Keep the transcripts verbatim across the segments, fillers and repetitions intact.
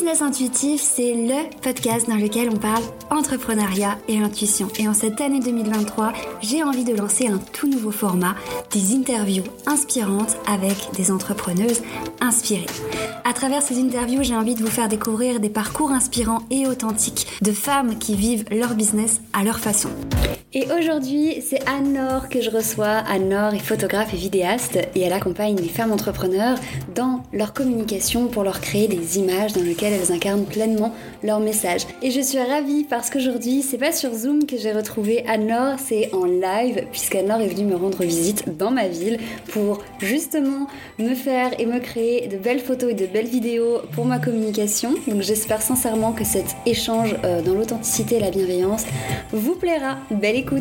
Business Intuitif, c'est le podcast dans lequel on parle entrepreneuriat et intuition. Et en cette année deux mille vingt-trois, j'ai envie de lancer un tout nouveau format, des interviews inspirantes avec des entrepreneuses inspirées. À travers ces interviews, j'ai envie de vous faire découvrir des parcours inspirants et authentiques de femmes qui vivent leur business à leur façon. Et aujourd'hui, c'est Anne-Laure que je reçois. Anne-Laure est photographe et vidéaste et elle accompagne les femmes entrepreneurs dans leur communication pour leur créer des images dans lesquelles elles incarnent pleinement leur message. Et je suis ravie parce qu'aujourd'hui, c'est pas sur Zoom que j'ai retrouvé Anne-Laure, c'est en live puisqu'Anne-Laure est venue me rendre visite dans ma ville pour justement me faire et me créer de belles photos et de belles vidéos pour ma communication. Donc j'espère sincèrement que cet échange euh, dans l'authenticité et la bienveillance vous plaira. Belle écoute.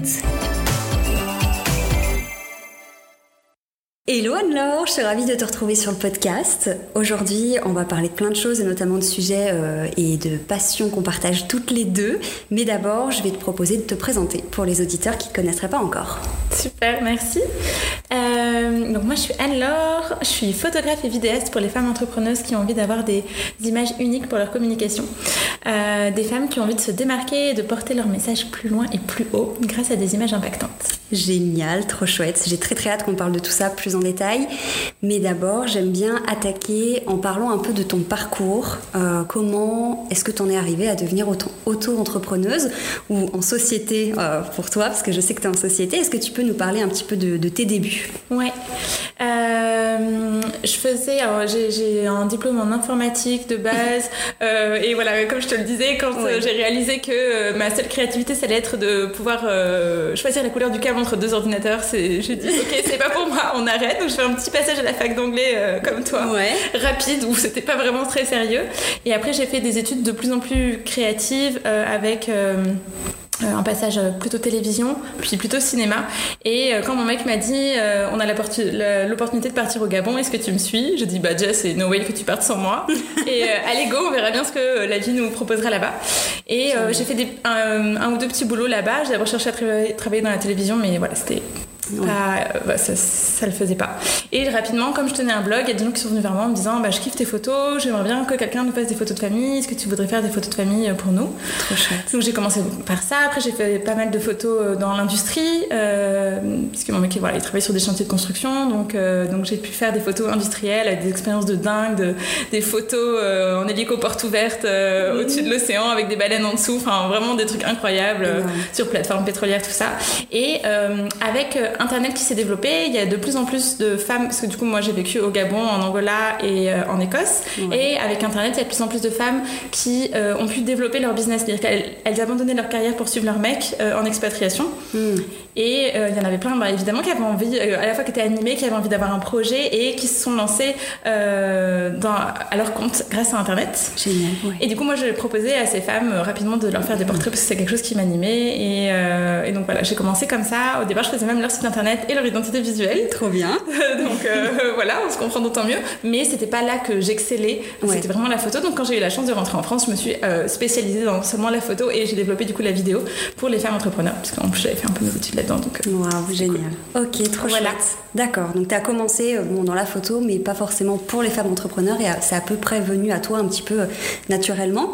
Hello Anne-Laure, je suis ravie de te retrouver sur le podcast. Aujourd'hui, on va parler de plein de choses et notamment de sujets euh, et de passions qu'on partage toutes les deux. Mais d'abord, je vais te proposer de te présenter pour les auditeurs qui ne te connaîtraient pas encore. Super, merci. Euh, donc moi, je suis Anne-Laure, je suis photographe et vidéaste pour les femmes entrepreneuses qui ont envie d'avoir des images uniques pour leur communication. Euh, des femmes qui ont envie de se démarquer et de porter leur message plus loin et plus haut grâce à des images impactantes. Génial, trop chouette. J'ai très très hâte qu'on parle de tout ça plus en détail. Mais d'abord, j'aime bien attaquer en parlant un peu de ton parcours. Euh, comment est-ce que tu en es arrivée à devenir auto- auto-entrepreneuse ou en société euh, pour toi, parce que je sais que tu es en société. Est-ce que tu peux nous parler un petit peu de, de tes débuts ? Ouais. Euh, je faisais... Alors, j'ai, j'ai un diplôme en informatique de base. euh, et voilà, comme je te le disais, quand ouais. euh, j'ai réalisé que euh, ma seule créativité, ça allait être de pouvoir euh, choisir la couleur du câble entre deux ordinateurs, c'est, j'ai dit ok, c'est pas pour moi, on arrête. Donc je fais un petit passage à la fac d'anglais euh, comme toi, ouais. rapide, où c'était pas vraiment très sérieux. Et après j'ai fait des études de plus en plus créatives euh, avec euh, un passage plutôt télévision, puis plutôt cinéma. Et quand mon mec m'a dit euh, on a l'opportunité de partir au Gabon, est-ce que tu me suis ? Je dis bah déjà c'est no way que tu partes sans moi. Et euh, allez go, on verra bien ce que la vie nous proposera là-bas. Et euh, j'ai fait des, un, un ou deux petits boulots là-bas. J'ai d'abord cherché à tra- travailler dans la télévision, mais voilà, c'était Ouais. Pas, bah, ça, ça le faisait pas. Et rapidement, comme je tenais un blog, il y a des gens qui sont venus vers moi en me disant bah, je kiffe tes photos, j'aimerais bien que quelqu'un nous fasse des photos de famille, est-ce que tu voudrais faire des photos de famille pour nous ? Trop chouette. Donc j'ai commencé par ça. Après j'ai fait pas mal de photos dans l'industrie euh, puisque mon mec voilà, il travaille sur des chantiers de construction, donc, euh, donc j'ai pu faire des photos industrielles avec des expériences de dingue, de, des photos euh, en hélico porte ouverte euh, mmh. au-dessus de l'océan avec des baleines en dessous, enfin vraiment des trucs incroyables euh, sur plateforme pétrolière, tout ça. Et euh, avec euh, Internet qui s'est développé, il y a de plus en plus de femmes, parce que du coup moi j'ai vécu au Gabon, en Angola et euh, en Écosse, ouais. et avec Internet il y a de plus en plus de femmes qui euh, ont pu développer leur business, c'est-à-dire qu'elles elles abandonnaient leur carrière pour suivre leur mec euh, en expatriation, mm. et euh, il y en avait plein bah, évidemment qui avaient envie, euh, à la fois qui étaient animées, qui avaient envie d'avoir un projet et qui se sont lancées euh, dans, à leur compte grâce à Internet. Génial, ouais. Et du coup moi je proposais à ces femmes euh, rapidement de leur faire des portraits parce que c'est quelque chose qui m'animait, et, euh, et donc voilà, j'ai commencé comme ça. Au départ je faisais même leur site internet et leur identité visuelle. Trop bien. Donc euh, voilà, on se comprend d'autant mieux. Mais c'était pas là que j'excellais. Ouais. C'était vraiment la photo. Donc quand j'ai eu la chance de rentrer en France, je me suis euh, spécialisée dans seulement la photo et j'ai développé du coup la vidéo pour les femmes entrepreneurs. Parce qu'en plus j'avais fait un peu mes études là-dedans. Donc, euh, Waouh, génial. Cool. Ok, trop voilà. chouette. D'accord. Donc tu as commencé euh, bon, dans la photo, mais pas forcément pour les femmes entrepreneurs. Et c'est à peu près venu à toi un petit peu euh, naturellement.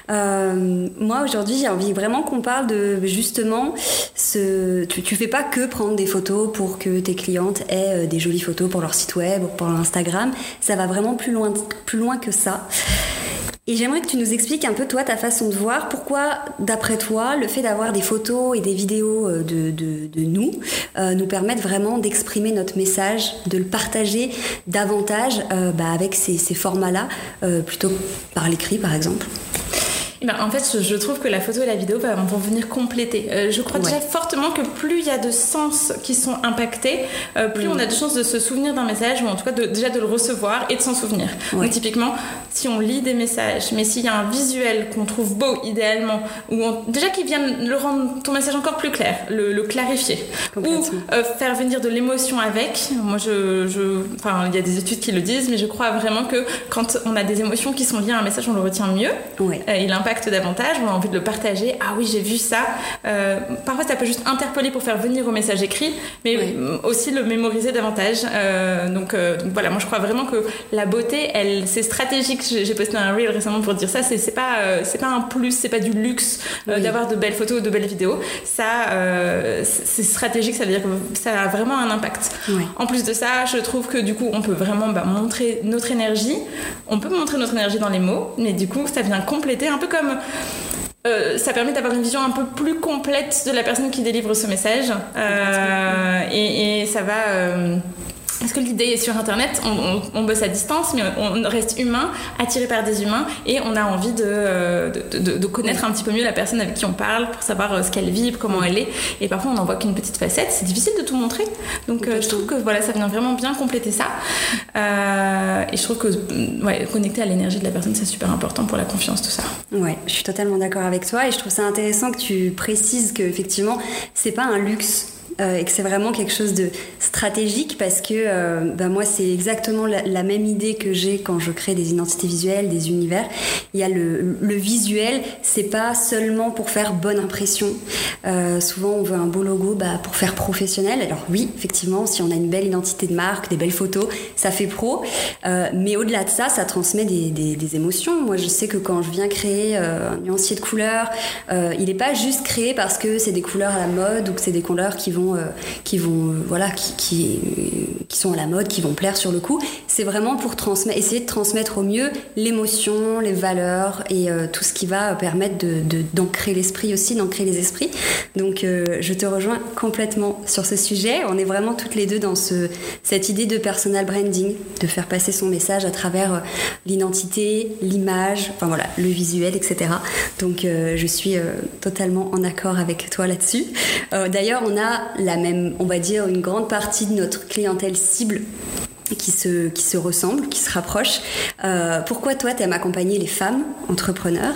Euh, moi aujourd'hui, j'ai envie vraiment qu'on parle de justement ce. Tu, tu fais pas que prendre des photos pour que tes clientes aient des jolies photos pour leur site web ou pour leur Instagram. Ça va vraiment plus loin, plus loin que ça. Et j'aimerais que tu nous expliques un peu, toi, ta façon de voir. Pourquoi, d'après toi, le fait d'avoir des photos et des vidéos de, de, de nous euh, nous permettent vraiment d'exprimer notre message, de le partager davantage euh, bah, avec ces, ces formats-là, euh, plutôt que par l'écrit, par exemple ? Ben, en fait, je trouve que la photo et la vidéo ben, vont venir compléter. Euh, je crois ouais. déjà fortement que plus il y a de sens qui sont impactés, euh, plus mmh. on a de chances de se souvenir d'un message, ou en tout cas de, déjà de le recevoir et de s'en souvenir. Ouais. Donc typiquement, si on lit des messages, mais s'il y a un visuel qu'on trouve beau, idéalement, ou on, déjà qui vient le rendre ton message encore plus clair, le, le clarifier, ou euh, faire venir de l'émotion avec. Moi, je, je, enfin, il y a des études qui le disent, mais je crois vraiment que quand on a des émotions qui sont liées à un message, on le retient mieux. Ouais. Euh, il impacte davantage, on a envie de le partager. Ah oui, j'ai vu ça. Euh, parfois, ça peut juste interpeller pour faire venir au message écrit, mais oui. aussi le mémoriser davantage. Euh, donc, euh, donc voilà, moi je crois vraiment que la beauté, elle, c'est stratégique j'ai, j'ai posté un reel récemment pour dire ça, c'est, c'est, pas, euh, c'est pas un plus, c'est pas du luxe euh, oui. d'avoir de belles photos, de belles vidéos. Ça, euh, c'est stratégique, ça veut dire que ça a vraiment un impact. Oui. En plus de ça, je trouve que du coup, on peut vraiment bah, montrer notre énergie. On peut montrer notre énergie dans les mots, mais du coup, ça vient compléter, un peu comme... Euh, ça permet d'avoir une vision un peu plus complète de la personne qui délivre ce message. Euh, et, et ça va... Euh, Parce que l'idée est sur Internet, on, on, on bosse à distance, mais on reste humain, attiré par des humains, et on a envie de, de, de, de connaître un petit peu mieux la personne avec qui on parle, pour savoir ce qu'elle vit, comment elle est. Et parfois, on n'en voit qu'une petite facette. C'est difficile de tout montrer. Donc, euh, je trouve que voilà, ça vient vraiment bien compléter ça. Euh, et je trouve que ouais, connecter à l'énergie de la personne, c'est super important pour la confiance, tout ça. Ouais, je suis totalement d'accord avec toi, et je trouve ça intéressant que tu précises qu'effectivement, c'est pas un luxe. Euh, et que c'est vraiment quelque chose de stratégique parce que euh, ben moi c'est exactement la, la même idée que j'ai quand je crée des identités visuelles, des univers. Il y a le, le visuel, c'est pas seulement pour faire bonne impression. Euh, souvent on veut un beau logo bah, pour faire professionnel. Alors oui, effectivement, si on a une belle identité de marque, des belles photos, ça fait pro. Euh, mais au-delà de ça, ça transmet des, des, des émotions. Moi je sais que quand je viens créer euh, un nuancier de couleurs, euh, il n'est pas juste créé parce que c'est des couleurs à la mode ou que c'est des couleurs qui vont Euh, qui vont euh, voilà qui, qui, qui sont à la mode, qui vont plaire sur le coup. C'est vraiment pour transmettre, essayer de transmettre au mieux l'émotion, les valeurs et euh, tout ce qui va permettre de, de, d'ancrer l'esprit aussi, d'ancrer les esprits. Donc euh, je te rejoins complètement sur ce sujet. On est vraiment toutes les deux dans ce, cette idée de personal branding, de faire passer son message à travers euh, l'identité, l'image, enfin voilà, le visuel, et cetera. Donc euh, je suis euh, totalement en accord avec toi là-dessus. Euh, d'ailleurs, on a la même, on va dire, une grande partie de notre clientèle cible qui se, qui se ressemblent, qui se rapprochent. Euh, pourquoi toi, tu aimes accompagner les femmes entrepreneurs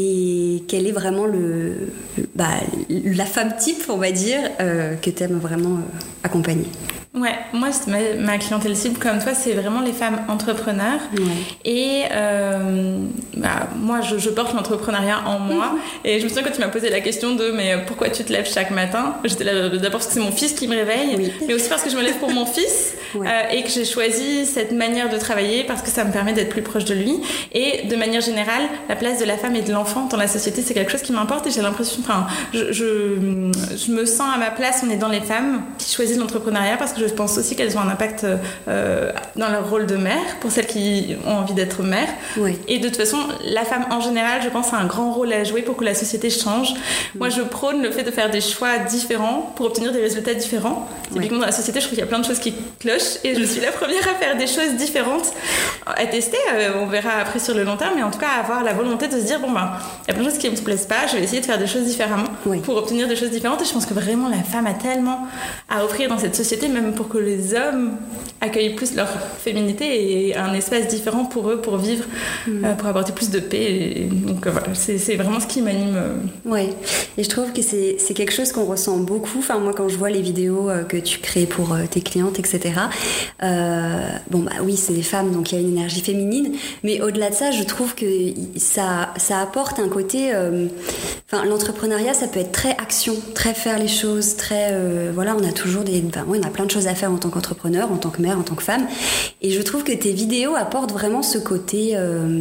et quelle est vraiment le, bah, la femme type, on va dire, euh, que tu aimes vraiment euh, accompagner? Ouais, moi, ma, ma clientèle cible, comme toi, c'est vraiment les femmes entrepreneurs. Ouais. Et euh, bah, moi, je, je porte l'entrepreneuriat en moi. Mmh. Et je me souviens quand tu m'as posé la question de mais pourquoi tu te lèves chaque matin? J'étais là d'abord parce que c'est mon fils qui me réveille, oui. mais aussi parce que je me lève pour mon fils ouais. euh, et que j'ai choisi cette manière de travailler parce que ça me permet d'être plus proche de lui. Et de manière générale, la place de la femme et de l'enfant dans la société, c'est quelque chose qui m'importe et j'ai l'impression, enfin, je, je, je me sens à ma place. On est dans les femmes qui choisissent l'entrepreneuriat parce que je Je pense aussi qu'elles ont un impact euh, dans leur rôle de mère, pour celles qui ont envie d'être mère. Oui. Et de toute façon, la femme en général, je pense, a un grand rôle à jouer pour que la société change. Oui. Moi, je prône le fait de faire des choix différents pour obtenir des résultats différents. Typiquement, oui. dans la société, je trouve qu'il y a plein de choses qui clochent et je suis la première à faire des choses différentes, à tester. Euh, on verra après sur le long terme, mais en tout cas, à avoir la volonté de se dire, bon, ben, il y a plein de choses qui ne me plaisent pas, je vais essayer de faire des choses différemment oui. pour obtenir des choses différentes. Et je pense que vraiment, la femme a tellement à offrir dans cette société, même pour que les hommes accueillent plus leur féminité et un espace différent pour eux, pour vivre, mmh. euh, pour apporter plus de paix. Et donc euh, voilà, c'est, c'est vraiment ce qui m'anime. Oui, et je trouve que c'est, c'est quelque chose qu'on ressent beaucoup. Enfin, moi, quand je vois les vidéos euh, que tu crées pour euh, tes clientes, et cetera, euh, bon, bah oui, c'est des femmes, donc il y a une énergie féminine, mais au-delà de ça, je trouve que ça, ça apporte un côté... Euh, enfin, l'entrepreneuriat, ça peut être très action, très faire les choses, très... Euh, voilà, on a toujours des... Enfin, oui, on a plein de choses à faire en tant qu'entrepreneur, en tant que mère, en tant que femme. Et je trouve que tes vidéos apportent vraiment ce côté euh,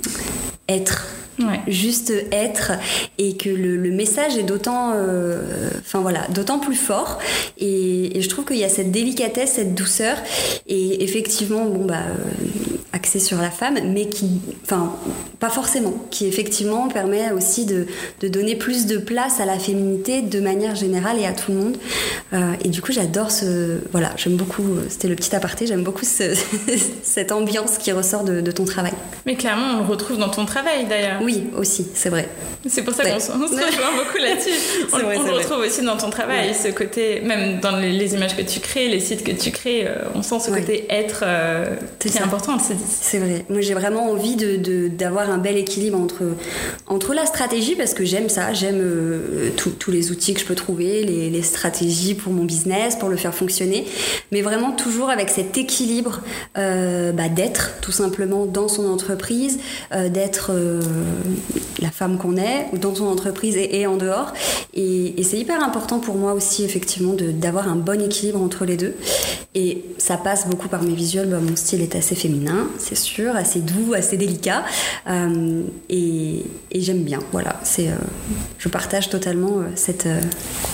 être. Ouais. Juste être, et que le, le message est d'autant euh, enfin voilà, d'autant plus fort, et, et je trouve qu'il y a cette délicatesse, cette douceur, et effectivement bon bah euh, axé sur la femme, mais qui, enfin pas forcément, qui effectivement permet aussi de, de donner plus de place à la féminité de manière générale et à tout le monde. Euh, et du coup j'adore ce, voilà, j'aime beaucoup, c'était le petit aparté, j'aime beaucoup ce, cette ambiance qui ressort de, de ton travail. Mais clairement on le retrouve dans ton travail d'ailleurs. Oui, aussi, c'est vrai. C'est pour ça ouais. qu'on se rejoint beaucoup là-dessus. On, vrai, on le vrai. retrouve aussi dans ton travail, ouais. ce côté, même dans les, les images que tu crées, les sites que tu crées, euh, on sent ce ouais. côté être euh, qui est important. C'est, c'est vrai. Moi, j'ai vraiment envie de, de, d'avoir un bel équilibre entre entre la stratégie, parce que j'aime ça, j'aime euh, tous les outils que je peux trouver, les, les stratégies pour mon business, pour le faire fonctionner, mais vraiment toujours avec cet équilibre euh, bah, d'être tout simplement dans son entreprise, euh, d'être euh, la femme qu'on est dans son entreprise et, et en dehors. Et, et c'est hyper important pour moi aussi effectivement de, d'avoir un bon équilibre entre les deux. Et ça passe beaucoup par mes visuels. Bah, mon style est assez féminin, c'est sûr, assez doux, assez délicat, euh, et, et j'aime bien. Voilà, c'est, euh, je partage totalement euh, cette. Euh...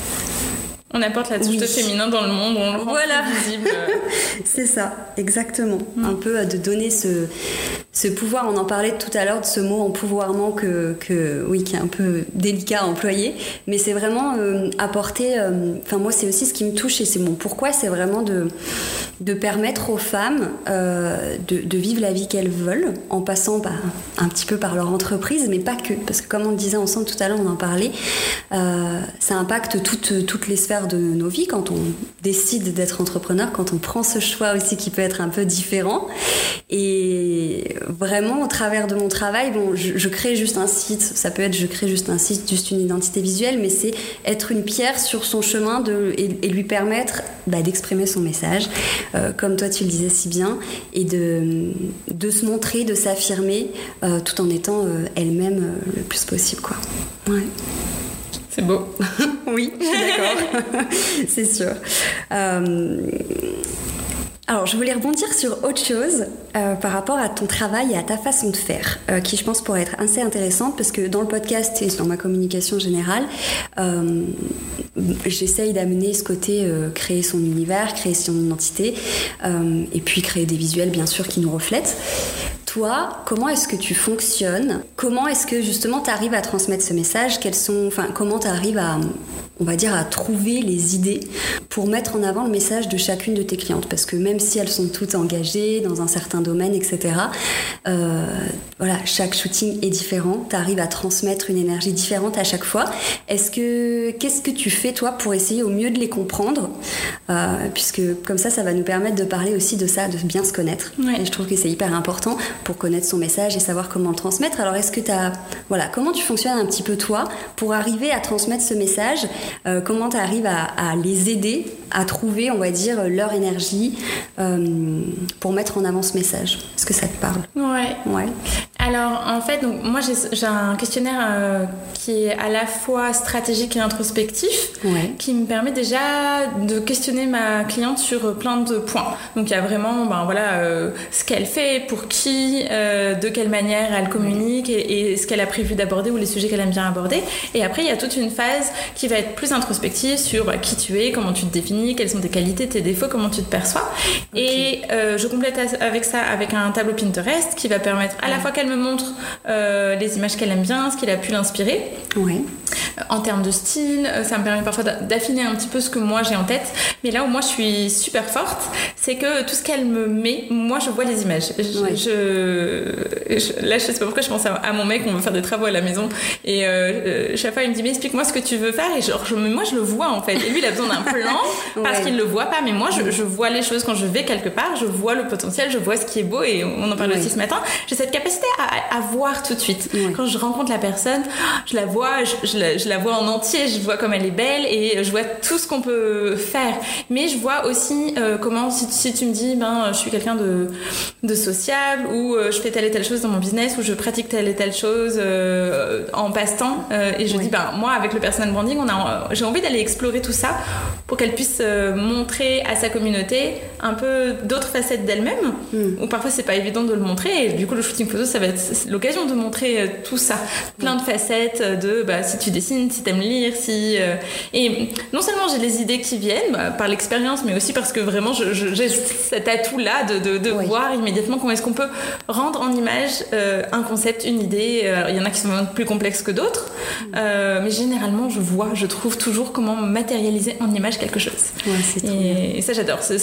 On apporte la touche oui. de féminin dans le monde, on le rend voilà. plus visible. C'est ça, exactement. Mmh. Un peu de donner ce, ce pouvoir, on en parlait tout à l'heure de ce mot empouvoirment que, que, oui, qui est un peu délicat à employer, mais c'est vraiment euh, apporter, enfin euh, moi c'est aussi ce qui me touche et c'est mon pourquoi, c'est vraiment de, de permettre aux femmes euh, de, de vivre la vie qu'elles veulent en passant bah, un petit peu par leur entreprise, mais pas que, parce que comme on le disait ensemble tout à l'heure, on en parlait, euh, ça impacte toutes, toutes les sphères de nos vies quand on décide d'être entrepreneur, quand on prend ce choix aussi qui peut être un peu différent. Et vraiment au travers de mon travail, bon, je, je crée juste un site, ça peut être je crée juste un site, juste une identité visuelle, mais c'est être une pierre sur son chemin de, et, et lui permettre bah, d'exprimer son message, euh, comme toi tu le disais si bien, et de, de se montrer, de s'affirmer euh, tout en étant euh, elle-même euh, le plus possible, quoi. Ouais. C'est beau. Oui, je suis d'accord. C'est sûr. Euh... Alors, je voulais rebondir sur autre chose euh, par rapport à ton travail et à ta façon de faire, euh, qui je pense pourrait être assez intéressante parce que dans le podcast et dans ma communication générale, euh, j'essaye d'amener ce côté euh, créer son univers, créer son identité, euh, et puis créer des visuels bien sûr qui nous reflètent. Toi, comment est-ce que tu fonctionnes ? Comment est-ce que justement tu arrives à transmettre ce message ? Quels sont, enfin, comment tu arrives à, on va dire, à trouver les idées pour mettre en avant le message de chacune de tes clientes ? Parce que même si elles sont toutes engagées dans un certain domaine, et cetera, euh, voilà, chaque shooting est différent. Tu arrives à transmettre une énergie différente à chaque fois. Est-ce que, qu'est-ce que tu fais toi pour essayer au mieux de les comprendre ? euh, Puisque comme ça, ça va nous permettre de parler aussi de ça, de bien se connaître. Ouais. Et je trouve que c'est hyper important pour connaître son message et savoir comment le transmettre. Alors, est-ce que tu as... Voilà, comment tu fonctionnes un petit peu, toi, pour arriver à transmettre ce message ? euh, Comment tu arrives à, à les aider à trouver, on va dire, leur énergie euh, pour mettre en avant ce message ? Est-ce que ça te parle ? Ouais. Ouais. Alors, en fait, donc, moi, j'ai, j'ai un questionnaire euh, qui est à la fois stratégique et introspectif, ouais. qui me permet déjà de questionner ma cliente sur plein de points. Donc, il y a vraiment ben, voilà, euh, ce qu'elle fait, pour qui, euh, de quelle manière elle communique et, et ce qu'elle a prévu d'aborder ou les sujets qu'elle aime bien aborder. Et après, il y a toute une phase qui va être plus introspective sur bah, qui tu es, comment tu te définis, quelles sont tes qualités, tes défauts, comment tu te perçois. Okay. Et euh, je complète avec ça avec un tableau Pinterest qui va permettre à la fois qu'elle me montre euh, les images qu'elle aime bien, ce qui a pu l'inspirer. Ouais. En termes de style, ça me permet parfois d'affiner un petit peu ce que moi j'ai en tête. Mais là où moi je suis super forte, c'est que tout ce qu'elle me met, moi je vois les images. Je, ouais. je, je, là je sais pas pourquoi je pense à, à mon mec, on veut faire des travaux à la maison et euh, chaque fois il me dit mais explique-moi ce que tu veux faire et genre je, moi je le vois en fait. Et lui il a besoin d'un plan parce ouais. qu'il le voit pas, mais moi je, je vois les choses quand je vais quelque part, je vois le potentiel, je vois ce qui est beau et on en parlait ouais. aussi ce matin. J'ai cette capacité à, à voir tout de suite. Ouais. Quand je rencontre la personne, je la vois, je, je, la, je la vois en entier, je vois comme elle est belle et je vois tout ce qu'on peut faire. Mais je vois aussi euh, comment, si, si tu me dis, ben, je suis quelqu'un de, de sociable ou euh, je fais telle et telle chose dans mon business ou je pratique telle et telle chose euh, en passe-temps euh, et je oui. dis, ben, moi, avec le personal branding, on a, j'ai envie d'aller explorer tout ça pour qu'elle puisse euh, montrer à sa communauté un peu d'autres facettes d'elle-même mm. ou parfois c'est pas évident de le montrer et du coup le shooting photo ça va être l'occasion de montrer euh, tout ça, plein mm. de facettes de bah, si tu dessines, si t'aimes lire, si euh, et non seulement j'ai les idées qui viennent bah, par l'expérience mais aussi parce que vraiment je, je, j'ai cet atout là de, de, de oui. voir immédiatement comment est-ce qu'on peut rendre en image euh, un concept, une idée. Il y en a qui sont plus complexes que d'autres mm. euh, mais généralement je vois, je trouve toujours comment matérialiser en image quelque chose. Ouais, c'est et, et ça j'adore, c'est, c'est vraiment la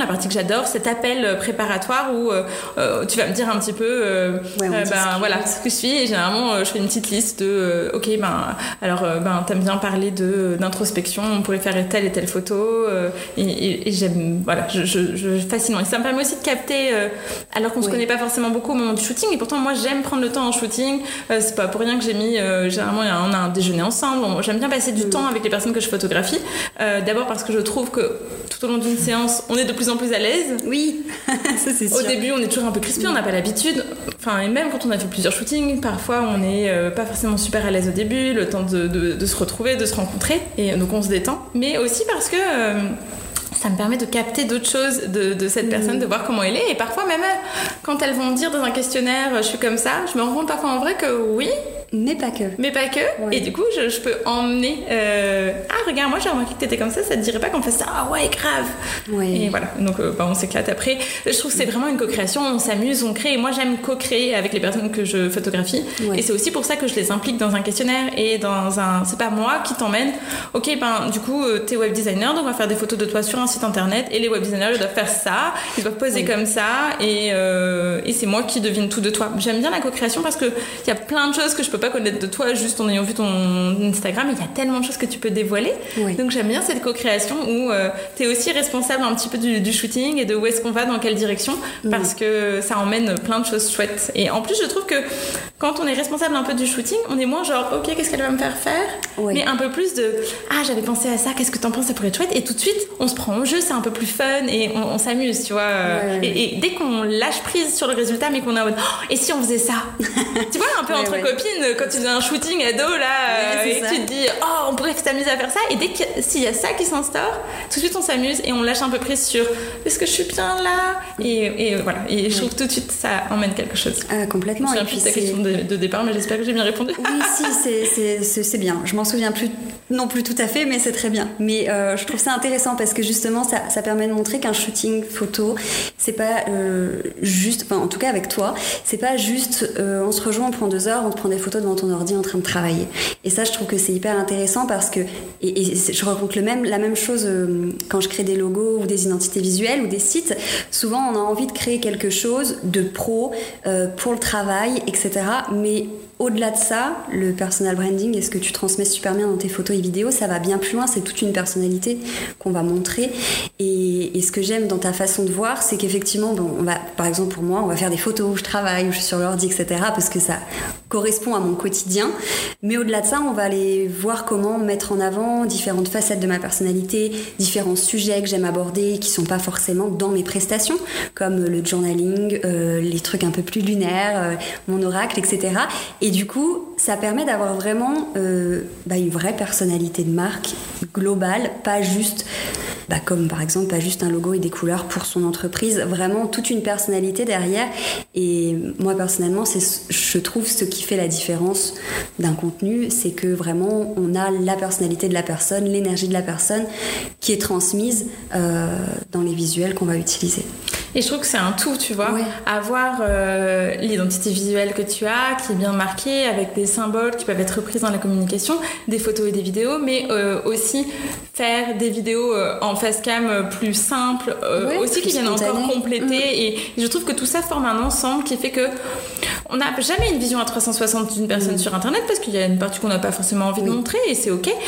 partie que j'adore, cet appel préparatoire où euh, euh, tu vas me dire un petit peu, euh, ouais, euh, ben voilà, ce que je suis. Et généralement, euh, je fais une petite liste de, euh, ok, ben alors, euh, ben t'aimes bien parler de d'introspection, on pourrait faire telle et telle photo, euh, et, et, et j'aime, voilà, je, je, je facilement. Et ça me permet aussi de capter, euh, alors qu'on oui. se connaît pas forcément beaucoup au moment du shooting. Et pourtant, moi, j'aime prendre le temps en shooting. Euh, c'est pas pour rien que j'ai mis, euh, généralement, on a un déjeuner ensemble. On, j'aime bien passer du mmh. temps avec les personnes que je photographie. Euh, d'abord parce que je trouve que tout au long d'une séance, on est de plus en plus à l'aise. Oui, ça c'est sûr. Au début, on est toujours un peu crispé, on n'a pas l'habitude. Enfin, et même quand on a fait plusieurs shootings, parfois on n'est euh, pas forcément super à l'aise au début, le temps de, de, de se retrouver, de se rencontrer, et donc on se détend. Mais aussi parce que euh, ça me permet de capter d'autres choses de, de cette personne, mmh. de voir comment elle est. Et parfois même, quand elles vont me dire dans un questionnaire, je suis comme ça, je me rends compte parfois en vrai que oui. Mais pas que. Mais pas que. Ouais. Et du coup, je, je peux emmener... Euh, ah, regarde, moi, j'ai remarqué que t'étais comme ça, ça te dirait pas qu'on fasse ça? Ah ouais, grave. Ouais. Et voilà. Donc, euh, bah, on s'éclate après. Je trouve que c'est vraiment une co-création. On s'amuse, on crée. Et moi, j'aime co-créer avec les personnes que je photographie. Ouais. Et c'est aussi pour ça que je les implique dans un questionnaire et dans un... C'est pas moi qui t'emmène. Ok, ben, du coup, euh, t'es web designer, donc on va faire des photos de toi sur un site internet. Et les web designers, ils doivent faire ça. Ils doivent poser ouais. comme ça. Et, euh, et c'est moi qui devine tout de toi. J'aime bien la co-création parce qu'il y a plein de choses que je peux pas connaître de toi juste en ayant vu ton Instagram. Il y a tellement de choses que tu peux dévoiler. Oui. Donc j'aime bien cette co-création où euh, tu es aussi responsable un petit peu du, du shooting et de où est-ce qu'on va, dans quelle direction, oui. parce que ça emmène plein de choses chouettes. Et en plus, je trouve que quand on est responsable un peu du shooting, on est moins genre ok, qu'est-ce qu'elle va me faire faire, oui. mais un peu plus de ah, j'avais pensé à ça, qu'est-ce que t'en penses, ça pourrait être chouette. Et tout de suite, on se prend au jeu, c'est un peu plus fun et on, on s'amuse, tu vois. Ouais, ouais. Et, et dès qu'on lâche prise sur le résultat, mais qu'on est en mode oh, et si on faisait ça, tu vois, un peu ouais, entre ouais. copines, quand tu un shooting ado là ouais, et ça. Tu te dis oh on pourrait s'amuser à faire ça, et dès qu'il s'il y a ça qui s'instaure, tout de suite on s'amuse et on lâche un peu prise sur est-ce que je suis bien là, et, et voilà, et je trouve que tout de suite ça emmène quelque chose. Ah, complètement. Je me souviens plus de ta question de, de départ, mais j'espère que j'ai bien répondu. Oui, si, c'est, c'est, c'est, c'est bien, je m'en souviens plus non plus tout à fait, mais c'est très bien. Mais euh, je trouve ça intéressant parce que justement ça, ça permet de montrer qu'un shooting photo c'est pas euh, juste, enfin en tout cas avec toi, c'est pas juste euh, on se rejoint, on prend deux heures, on te prend des photos devant ton ordi en train de travailler. Et ça, je trouve que c'est hyper intéressant parce que, et, et je rencontre le même, la même chose euh, quand je crée des logos ou des identités visuelles ou des sites. Souvent, on a envie de créer quelque chose de pro euh, pour le travail, et cetera. Mais au-delà de ça, le personal branding et ce que tu transmets super bien dans tes photos et vidéos, ça va bien plus loin. C'est toute une personnalité qu'on va montrer. Et, et ce que j'aime dans ta façon de voir, c'est qu'effectivement, bon, on va, par exemple pour moi, on va faire des photos où je travaille, où je suis sur l'ordi, et cetera. Parce que ça correspond à mon quotidien. Mais au-delà de ça, on va aller voir comment mettre en avant différentes facettes de ma personnalité, différents sujets que j'aime aborder qui sont pas forcément dans mes prestations, comme le journaling, euh, les trucs un peu plus lunaires, euh, mon oracle, et cetera. Et du coup, ça permet d'avoir vraiment euh, bah, une vraie personnalité de marque globale, pas juste, bah, comme par exemple, pas juste un logo et des couleurs pour son entreprise, vraiment toute une personnalité derrière. Et moi, personnellement, c'est, je trouve, ce qui fait la différence d'un contenu, c'est que vraiment, on a la personnalité de la personne, l'énergie de la personne qui est transmise euh, dans les visuels qu'on va utiliser. Et je trouve que c'est un tout, tu vois. Ouais. Avoir euh, l'identité visuelle que tu as, qui est bien marquée, avec des symboles qui peuvent être reprises dans la communication, des photos et des vidéos, mais euh, aussi faire des vidéos euh, en face cam plus simples, euh, ouais, aussi qui viennent encore compléter. Mmh. Et, et je trouve que tout ça forme un ensemble qui fait que on n'a jamais une vision à trois cent soixante d'une personne mmh. sur Internet, parce qu'il y a une partie qu'on n'a pas forcément envie oui. de montrer, et c'est ok.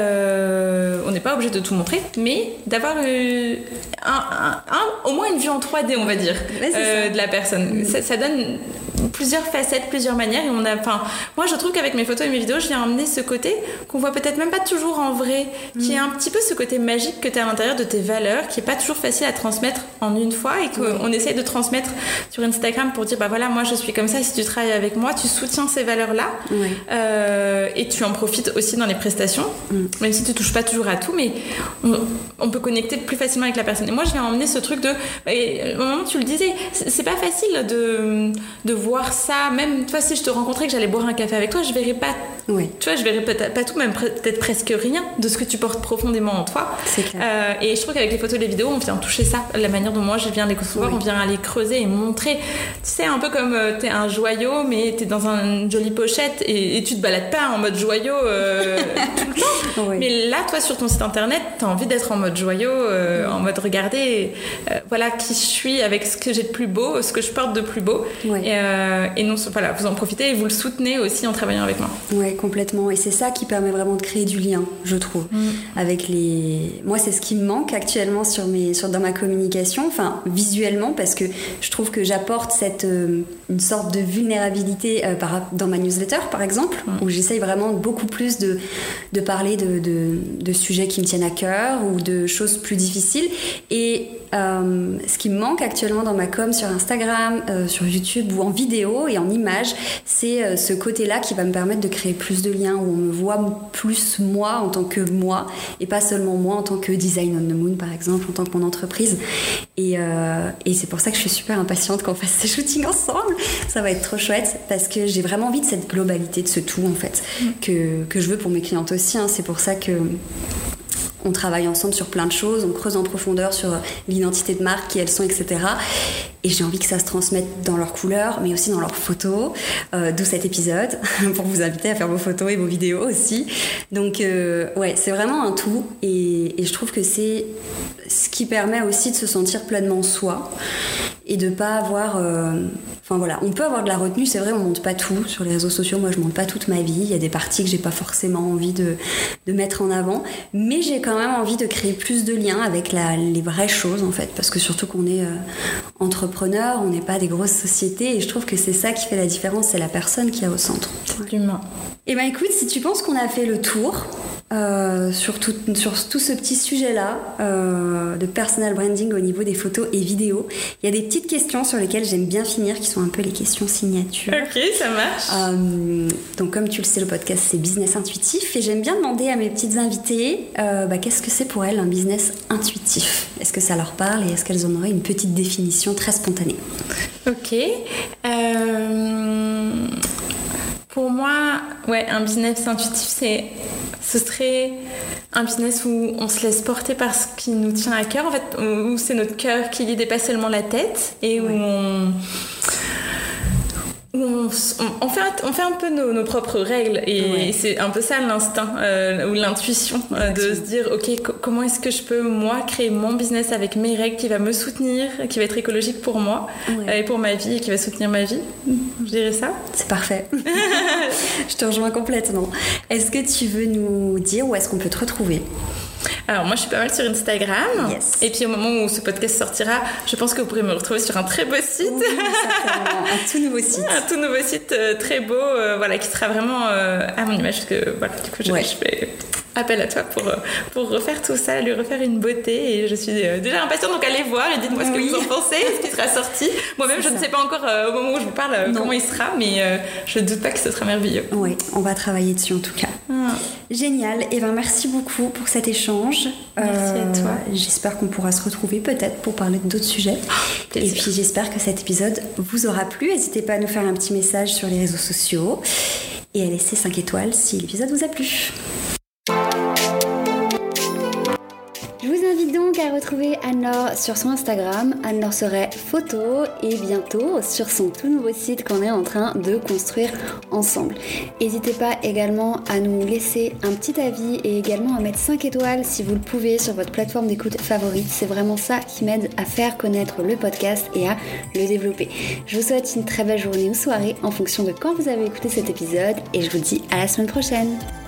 Euh, on n'est pas obligé de tout montrer, mais d'avoir euh, un, un, un, au moins une vue en trois D, on va dire, ouais, euh, de la personne. Mmh. Ça, ça donne plusieurs facettes, plusieurs manières, et on a, enfin, moi je trouve qu'avec mes photos et mes vidéos, je viens emmener ce côté qu'on voit peut-être même pas toujours en vrai, mmh. qui est un petit peu ce côté magique que tu as à l'intérieur de tes valeurs, qui est pas toujours facile à transmettre en une fois, et qu'on oui. essaie de transmettre sur Instagram pour dire bah voilà, moi je suis comme ça, si tu travailles avec moi, tu soutiens ces valeurs-là, oui. euh, et tu en profites aussi dans les prestations, mmh. même si tu touches pas toujours à tout, mais on, on peut connecter plus facilement avec la personne. Et moi je viens emmener ce truc de, bah, au moment où tu le disais, c'est, c'est pas facile de, de voir voir ça, même toi, si je te rencontrais, que j'allais boire un café avec toi, je verrais pas, oui. tu vois, je verrais peut-être pas tout, même peut-être presque rien de ce que tu portes profondément en toi. C'est clair. Euh, et je trouve qu'avec les photos et les vidéos, on vient toucher ça, la manière dont moi je viens les concevoir, oui. on vient aller creuser et montrer. Tu sais, un peu comme euh, t'es un joyau, mais t'es dans une jolie pochette et, et tu te balades pas en mode joyau euh, tout le temps. Oui. Mais là, toi, sur ton site internet, t'as envie d'être en mode joyau, euh, oui. en mode regarder, euh, voilà qui je suis avec ce que j'ai de plus beau, ce que je porte de plus beau. Oui. Et, euh, et non, voilà, vous en profitez et vous le soutenez aussi en travaillant avec moi. Oui, complètement. Et c'est ça qui permet vraiment de créer du lien, je trouve. Mm. Avec les... Moi, c'est ce qui me manque actuellement sur mes... sur... dans ma communication, enfin, visuellement, parce que je trouve que j'apporte cette, euh, une sorte de vulnérabilité euh, par... dans ma newsletter, par exemple, mm. où j'essaye vraiment beaucoup plus de, de parler de, de, de sujets qui me tiennent à cœur ou de choses plus difficiles. Et euh, ce qui me manque actuellement dans ma com sur Instagram, euh, sur YouTube ou en vidéo et en images, c'est euh, ce côté-là qui va me permettre de créer plus de liens, où on me voit plus moi en tant que moi et pas seulement moi en tant que Design on the Moon, par exemple, en tant que mon entreprise. Et, euh, et c'est pour ça que je suis super impatiente qu'on fasse ces shootings ensemble. Ça va être trop chouette parce que j'ai vraiment envie de cette globalité, de ce tout en fait, mmh. que, que je veux pour mes clientes aussi. Hein. C'est pour ça que on travaille ensemble sur plein de choses, on creuse en profondeur sur l'identité de marque, qui elles sont, et cetera. Et j'ai envie que ça se transmette dans leurs couleurs, mais aussi dans leurs photos, euh, d'où cet épisode, pour vous inviter à faire vos photos et vos vidéos aussi. Donc, euh, ouais, c'est vraiment un tout. Et, et je trouve que c'est ce qui permet aussi de se sentir pleinement soi et de pas avoir... Euh, Enfin voilà, on peut avoir de la retenue, c'est vrai, on monte pas tout sur les réseaux sociaux. Moi, je monte pas toute ma vie. Il y a des parties que j'ai pas forcément envie de, de mettre en avant, mais j'ai quand même envie de créer plus de liens avec la, les vraies choses en fait, parce que surtout qu'on est euh, entrepreneur, on n'est pas des grosses sociétés, et je trouve que c'est ça qui fait la différence, c'est la personne qui est au centre. C'est l'humain. Et ben écoute, si tu penses qu'on a fait le tour euh, sur, tout, sur tout ce petit sujet-là euh, de personal branding au niveau des photos et vidéos, il y a des petites questions sur lesquelles j'aime bien finir, qui sont un peu les questions signatures. Ok, ça marche. Euh, donc comme tu le sais, le podcast c'est Business Intuitif, et j'aime bien demander à mes petites invitées euh, bah, qu'est-ce que c'est pour elles un business intuitif. Est-ce que ça leur parle et est-ce qu'elles en auraient une petite définition très spontanée? Ok. Euh... Pour moi, ouais, un business intuitif, c'est, ce serait un business où on se laisse porter par ce qui nous tient à cœur, en fait, où c'est notre cœur qui guide et pas seulement la tête, et où ouais. on... On, on, fait, on fait un peu nos, nos propres règles et, ouais. et c'est un peu ça l'instinct euh, ou l'intuition euh, de se dire ok, co- comment est-ce que je peux moi créer mon business avec mes règles qui va me soutenir, qui va être écologique pour moi ouais. euh, et pour ma vie et qui va soutenir ma vie. Je dirais ça. C'est parfait. Je te rejoins complètement. Est-ce que tu veux nous dire où est-ce qu'on peut te retrouver? Alors moi je suis pas mal sur Instagram yes. et puis au moment où ce podcast sortira, je pense que vous pourrez me retrouver sur un très beau site. Oui, certainement. Un tout nouveau site. Un tout nouveau site euh, très beau, euh, voilà, qui sera vraiment euh, à mon image, parce que voilà, du coup je, ouais. je fais appel à toi pour, pour refaire tout ça, lui refaire une beauté, et je suis euh, déjà impatiente, donc allez voir et dites-moi ce oui. que vous en pensez, ce qui sera sorti. Moi-même c'est je ça. ne sais pas encore euh, au moment où je vous parle euh, comment il sera, mais euh, je ne doute pas que ce sera merveilleux. Oui, on va travailler dessus en tout cas. Ah. Génial, et eh ben merci beaucoup pour cet échange. Merci euh, à toi. J'espère qu'on pourra se retrouver peut-être pour parler d'autres sujets. Oh, et puis j'espère que cet épisode vous aura plu. N'hésitez pas à nous faire un petit message sur les réseaux sociaux et à laisser cinq étoiles si l'épisode vous a plu. Je vous invite donc à retrouver Anne-Laure sur son Instagram, Anne-Laure Serait Photo, et bientôt sur son tout nouveau site qu'on est en train de construire ensemble. N'hésitez pas également à nous laisser un petit avis et également à mettre cinq étoiles si vous le pouvez sur votre plateforme d'écoute favorite. C'est vraiment ça qui m'aide à faire connaître le podcast et à le développer. Je vous souhaite une très belle journée ou soirée en fonction de quand vous avez écouté cet épisode, et je vous dis à la semaine prochaine.